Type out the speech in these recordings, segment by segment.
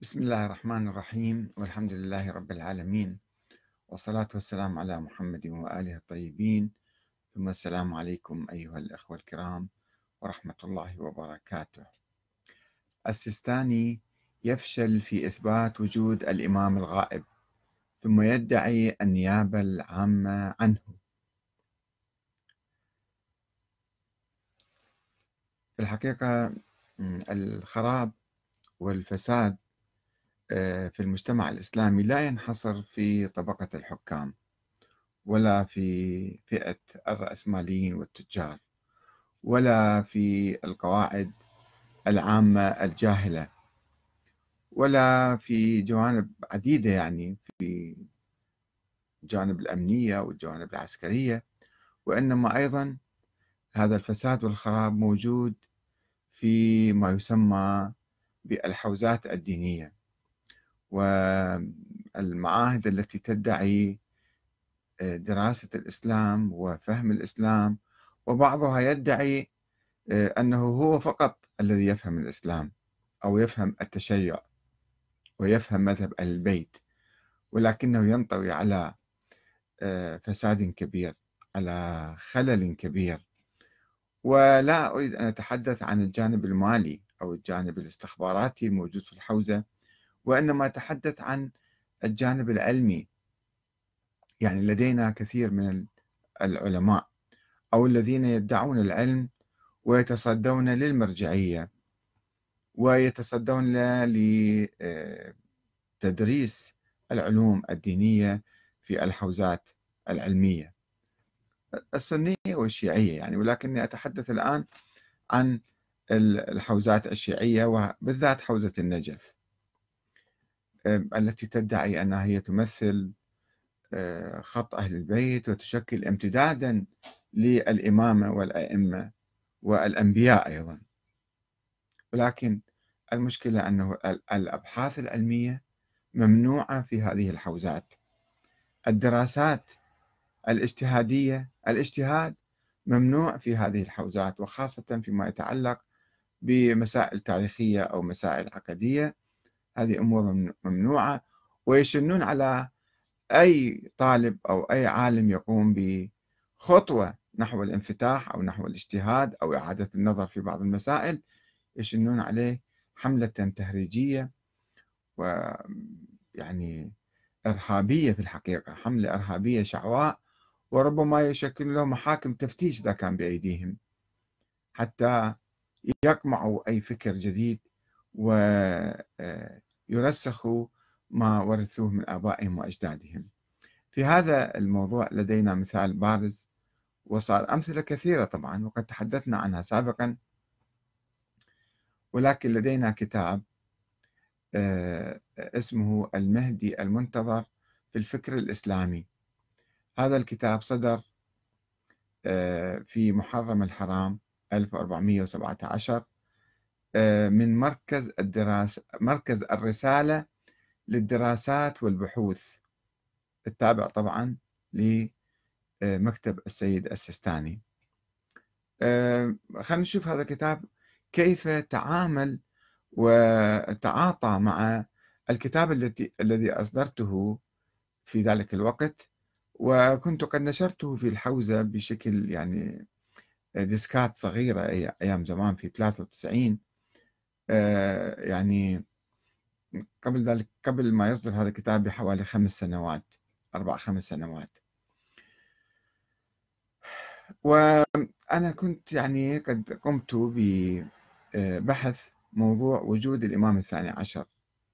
بسم الله الرحمن الرحيم، والحمد لله رب العالمين، والصلاة والسلام على محمد وآله الطيبين، ثم السلام عليكم أيها الأخوة الكرام ورحمة الله وبركاته. السيستاني يفشل في إثبات وجود الإمام الغائب، ثم يدعي النيابة العامة عنه. في الحقيقة الخراب والفساد في المجتمع الإسلامي لا ينحصر في طبقة الحكام ولا في فئة الرأسماليين والتجار ولا في القواعد العامة الجاهلة ولا في جوانب عديدة، يعني في جانب الأمنية والجوانب العسكرية، وإنما أيضا هذا الفساد والخراب موجود في ما يسمى بالحوزات الدينية والمعاهد التي تدعي دراسة الإسلام وفهم الإسلام، وبعضها يدعي أنه هو فقط الذي يفهم الإسلام أو يفهم التشيع ويفهم مذهب أهل البيت، ولكنه ينطوي على فساد كبير، على خلل كبير. ولا أريد أن أتحدث عن الجانب المالي أو الجانب الاستخباراتي الموجود في الحوزة، وإنما أتحدث عن الجانب العلمي. يعني لدينا كثير من العلماء أو الذين يدعون العلم ويتصدون للمرجعية ويتصدون لتدريس العلوم الدينية في الحوزات العلمية السنية والشيعية، يعني ولكني أتحدث الآن عن الحوزات الشيعية وبالذات حوزة النجف التي تدعي أنها هي تمثل خط أهل البيت وتشكل امتدادا للإمامة والأئمة والأنبياء أيضا. ولكن المشكلة أنه الأبحاث العلمية ممنوعة في هذه الحوزات، الدراسات الاجتهادية، الاجتهاد ممنوع في هذه الحوزات، وخاصة فيما يتعلق بمسائل تاريخية أو مسائل عقدية. هذه أمور ممنوعة، ويشنون على أي طالب أو أي عالم يقوم بخطوة نحو الانفتاح أو نحو الاجتهاد أو إعادة النظر في بعض المسائل، يشنون عليه حملة تهريجية ويعني إرهابية، في الحقيقة حملة إرهابية شعواء، وربما يشكل له محاكم تفتيش إذا كان بأيديهم، حتى يقمعوا أي فكر جديد ويرسخوا ما ورثوه من آبائهم وأجدادهم. في هذا الموضوع لدينا مثال بارز، وصار أمثلة كثيرة طبعا وقد تحدثنا عنها سابقا، ولكن لدينا كتاب اسمه المهدي المنتظر في الفكر الإسلامي. هذا الكتاب صدر في محرم الحرام 1417 من مركز الرسالة للدراسات والبحوث، التابع طبعا لمكتب السيد السيستاني. خلينا نشوف هذا الكتاب كيف تعامل وتعاطى مع الكتاب الذي أصدرته في ذلك الوقت، وكنت قد نشرته في الحوزة بشكل يعني ديسكات صغيرة أيام زمان في 93، يعني قبل ذلك، قبل ما يصدر هذا الكتاب بحوالي 5 سنوات، 4 5 سنوات. وأنا كنت يعني قد قمت ببحث موضوع وجود الإمام الثاني عشر،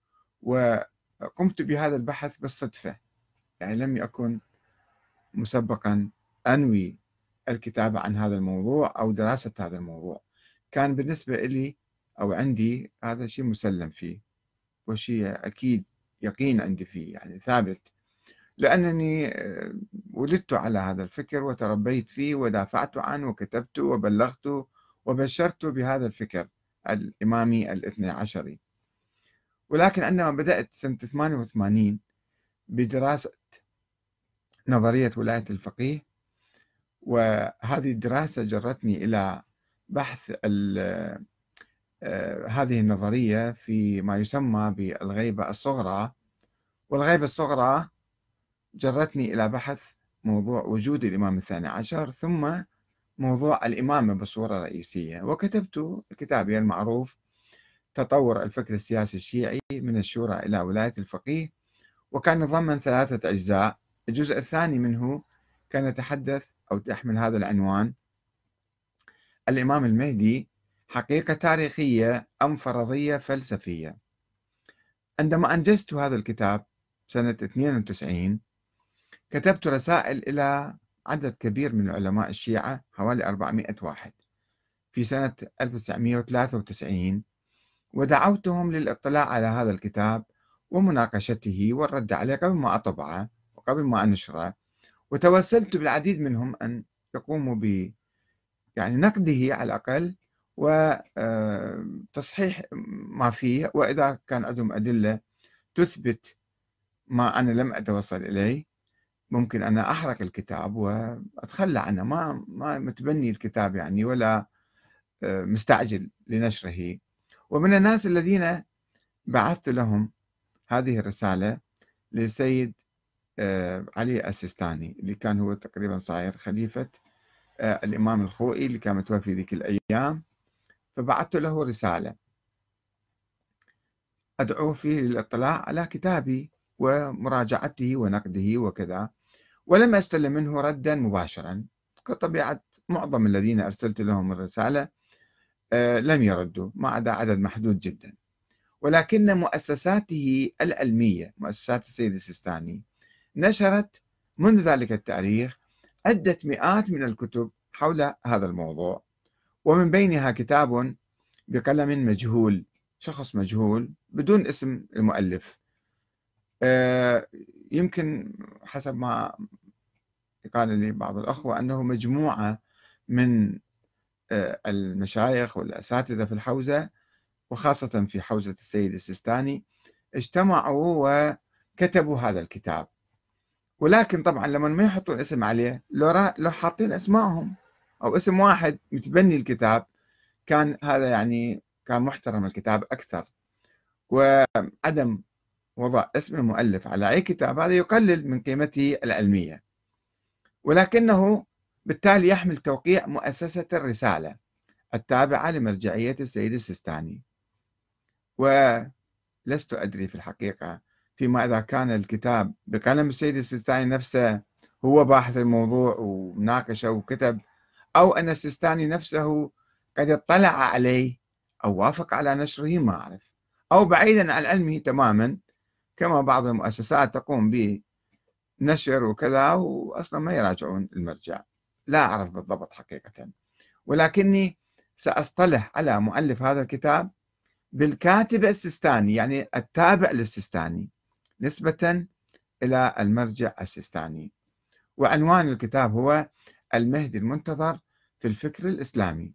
وقمت بهذا البحث بالصدفة، يعني لم يكن مسبقا أنوي الكتابة عن هذا الموضوع أو دراسة هذا الموضوع. كان بالنسبة لي أو عندي هذا شيء مسلم فيه، وشيء أكيد يقين عندي فيه، يعني ثابت، لأنني ولدت على هذا الفكر وتربيت فيه ودافعت عنه وكتبت وبلغت وبشرت بهذا الفكر الإمامي الاثني عشري. ولكن عندما بدأت سنة 88 بدراسة نظرية ولاية الفقيه، وهذه الدراسة جرتني إلى بحث هذه النظرية في ما يسمى بالغيبة الصغرى. والغيبة الصغرى جرتني إلى بحث موضوع وجود الإمام الثاني عشر، ثم موضوع الإمامة بصورة رئيسية، وكتبت كتابي المعروف تطور الفكر السياسي الشيعي من الشورى إلى ولاية الفقيه، وكان ضمن 3 أجزاء. الجزء الثاني منه كان يتحدث أو يحمل هذا العنوان: الإمام المهدي حقيقة تاريخية أم فرضية فلسفية. عندما أنجزت هذا الكتاب سنة 92 كتبت رسائل إلى عدد كبير من علماء الشيعة، حوالي 400 واحد، في سنة 1993، ودعوتهم للاطلاع على هذا الكتاب ومناقشته والرد عليه قبل ما أطبعه وقبل ما أنشره. وتوسلت بالعديد منهم أن يقوموا ب يعني نقده على الأقل وتصحيح ما فيه، وإذا كان عندهم أدلة تثبت ما أنا لم أتوصل إليه ممكن أنا أحرق الكتاب وأتخلى عنه، ما متبني الكتاب يعني، ولا مستعجل لنشره. ومن الناس الذين بعثت لهم هذه الرسالة للسيد علي السيستاني، اللي كان هو تقريبا صاير خليفة الإمام الخوئي اللي كان متوفي ذيك الأيام. فبعثت له رسالة أدعوه فيه للاطلاع على كتابي ومراجعته ونقده وكذا، ولم أستلم منه ردا مباشرا كطبيعة معظم الذين أرسلت لهم الرسالة. لم يردوا ما عدا عدد محدود جدا. ولكن مؤسساته العلمية، مؤسسات السيد السيستاني، نشرت منذ ذلك التاريخ عدة مئات من الكتب حول هذا الموضوع، ومن بينها كتاب بقلم مجهول، شخص مجهول بدون اسم المؤلف. يمكن حسب ما قال لي بعض الأخوة أنه مجموعة من المشايخ والأساتذة في الحوزة، وخاصة في حوزة السيد السيستاني، اجتمعوا وكتبوا هذا الكتاب. ولكن طبعا لما ما يحطون اسم عليه، لو حاطين اسمائهم أو اسم واحد متبني الكتاب كان هذا يعني كان محترم الكتاب أكثر. وعدم وضع اسم المؤلف على أي كتاب هذا يقلل من قيمته العلمية، ولكنه بالتالي يحمل توقيع مؤسسة الرسالة التابعة لمرجعية السيد السيستاني. ولست أدري في الحقيقة فيما إذا كان الكتاب بقلم السيد السيستاني نفسه، هو باحث الموضوع ومناقشه وكتب، أو أن السيستاني نفسه قد اطلع عليه أو وافق على نشره، ما أعرف، أو بعيدا عن علمه تماما كما بعض المؤسسات تقوم بنشر وكذا وأصلا ما يراجعون المرجع. لا أعرف بالضبط حقيقة، ولكني سأصطلح على مؤلف هذا الكتاب بالكاتب السيستاني، يعني التابع للسيستاني نسبة إلى المرجع السيستاني. وعنوان الكتاب هو المهدي المنتظر في الفكر الإسلامي.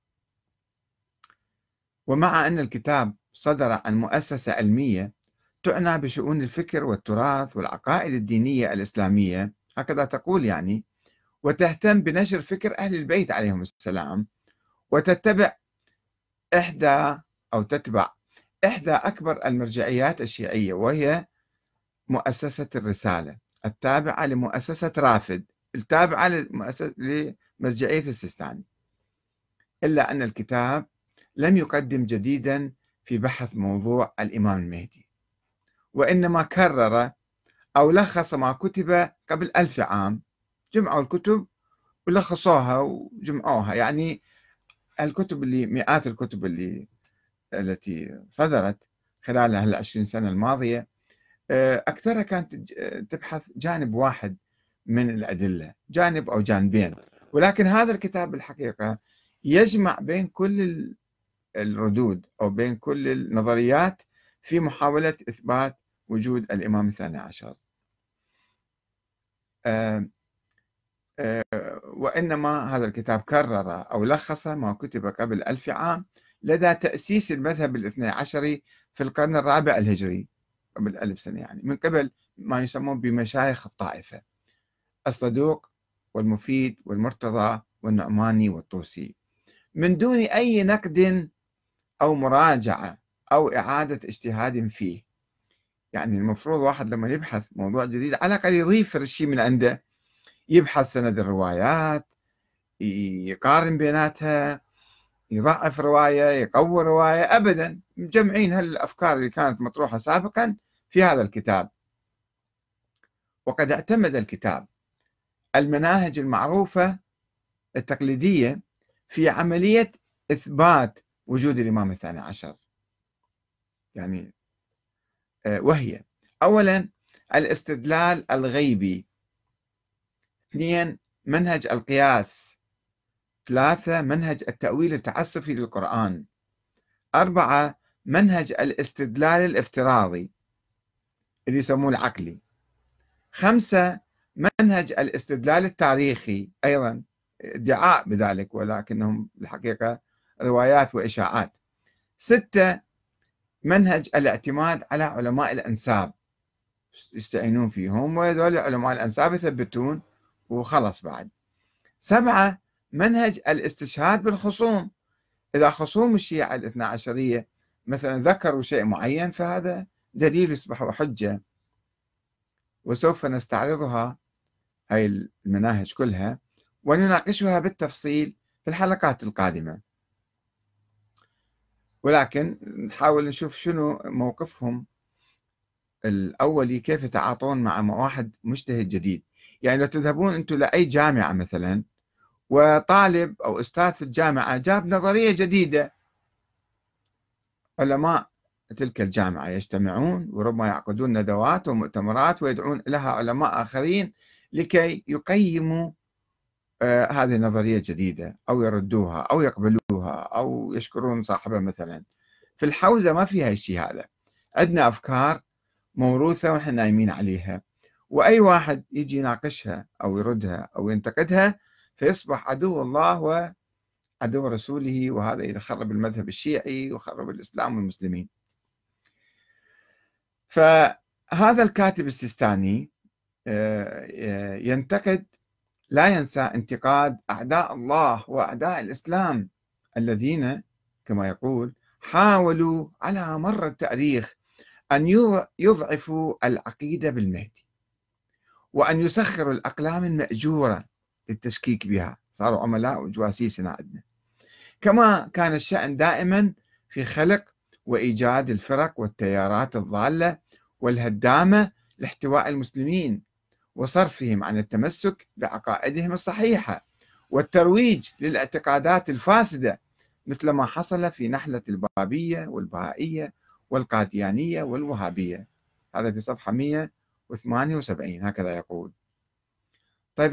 ومع أن الكتاب صدر عن مؤسسة علمية تعنى بشؤون الفكر والتراث والعقائد الدينية الإسلامية، هكذا تقول يعني، وتهتم بنشر فكر أهل البيت عليهم السلام، وتتبع تتبع إحدى أكبر المرجعيات الشيعية، وهي مؤسسة الرسالة التابعة لمؤسسة رافد التابعة لمرجعية السيستاني. إلا أن الكتاب لم يقدم جديدا في بحث موضوع الإمام المهدي، وإنما كرر أو لخص ما كتب قبل 1000 عام. جمعوا الكتب ولخصوها وجمعوها، يعني الكتب اللي مئات الكتب التي صدرت خلال 20 سنة الماضية أكثرها كانت تبحث جانب واحد من الأدلة، جانب أو جانبين. ولكن هذا الكتاب بالحقيقة يجمع بين كل الردود أو بين كل النظريات في محاولة إثبات وجود الإمام الثاني عشر. وإنما هذا الكتاب كرر أو لخص ما كتب قبل 1000 عام لدى تأسيس المذهب الاثني عشري في القرن الرابع الهجري، قبل 1000 سنة، يعني من قبل ما يسمون بمشايخ الطائفة: الصدوق والمفيد والمرتضى والنعماني والطوسي، من دون أي نقد أو مراجعة أو إعادة اجتهاد فيه. يعني المفروض واحد لما يبحث موضوع جديد على الأقل يضيف شيء من عنده، يبحث سند الروايات، يقارن بيناتها، يضعف رواية يقوي رواية. أبدا، مجمعين هالأفكار اللي كانت مطروحة سابقا في هذا الكتاب. وقد اعتمد الكتاب المناهج المعروفة التقليدية في عملية إثبات وجود الإمام الثاني عشر. يعني وهي: أولا الاستدلال الغيبي، 2 منهج القياس، 3 منهج التأويل التعسفي للقرآن، 4 منهج الاستدلال الافتراضي اللي يسموه العقلي، 5 منهج الاستدلال التاريخي، أيضا ادعاء بذلك ولكنهم الحقيقة روايات وإشاعات، 6 منهج الاعتماد على علماء الأنساب يستعينون فيهم، وهذول علماء الأنساب يثبتون وخلص بعد، 7 منهج الاستشهاد بالخصوم. إذا خصوم الشيعة الاثنى عشرية مثلا ذكروا شيء معين فهذا دليل يصبح حجة، وسوف نستعرضها هاي المناهج كلها ونناقشها بالتفصيل في الحلقات القادمة، ولكن نحاول نشوف شنو موقفهم الأولي، كيف يتعاطون مع واحد مجتهد جديد. يعني لو تذهبون أنتم لأي جامعة مثلا وطالب أو أستاذ في الجامعة جاب نظرية جديدة، علماء تلك الجامعة يجتمعون وربما يعقدون ندوات ومؤتمرات ويدعون لها علماء آخرين لكي يقيموا هذه النظرية الجديدة أو يردوها أو يقبلوها أو يشكرون صاحبها. مثلا في الحوزة ما فيها الشيء هذا، عندنا أفكار موروثة ونحن نايمين عليها، وأي واحد يجي يناقشها أو يردها أو ينتقدها فيصبح عدو الله وعدو رسوله، وهذا يخرب المذهب الشيعي وخرب الإسلام والمسلمين. فهذا الكاتب السيستاني ينتقد، لا ينسى انتقاد أعداء الله وأعداء الإسلام الذين كما يقول حاولوا على مر التاريخ أن يضعفوا العقيدة بالمهدي وأن يسخروا الأقلام المأجورة للتشكيك بها، صاروا عملاء وجواسيس هنا عندنا. كما كان الشأن دائما في خلق وإيجاد الفرق والتيارات الضالة والهدامة لاحتواء المسلمين وصرفهم عن التمسك بعقائدهم الصحيحة والترويج للاعتقادات الفاسدة، مثل ما حصل في نحلة البابية والبهائية والقاديانية والوهابية. هذا في صفحة 178 هكذا يقول.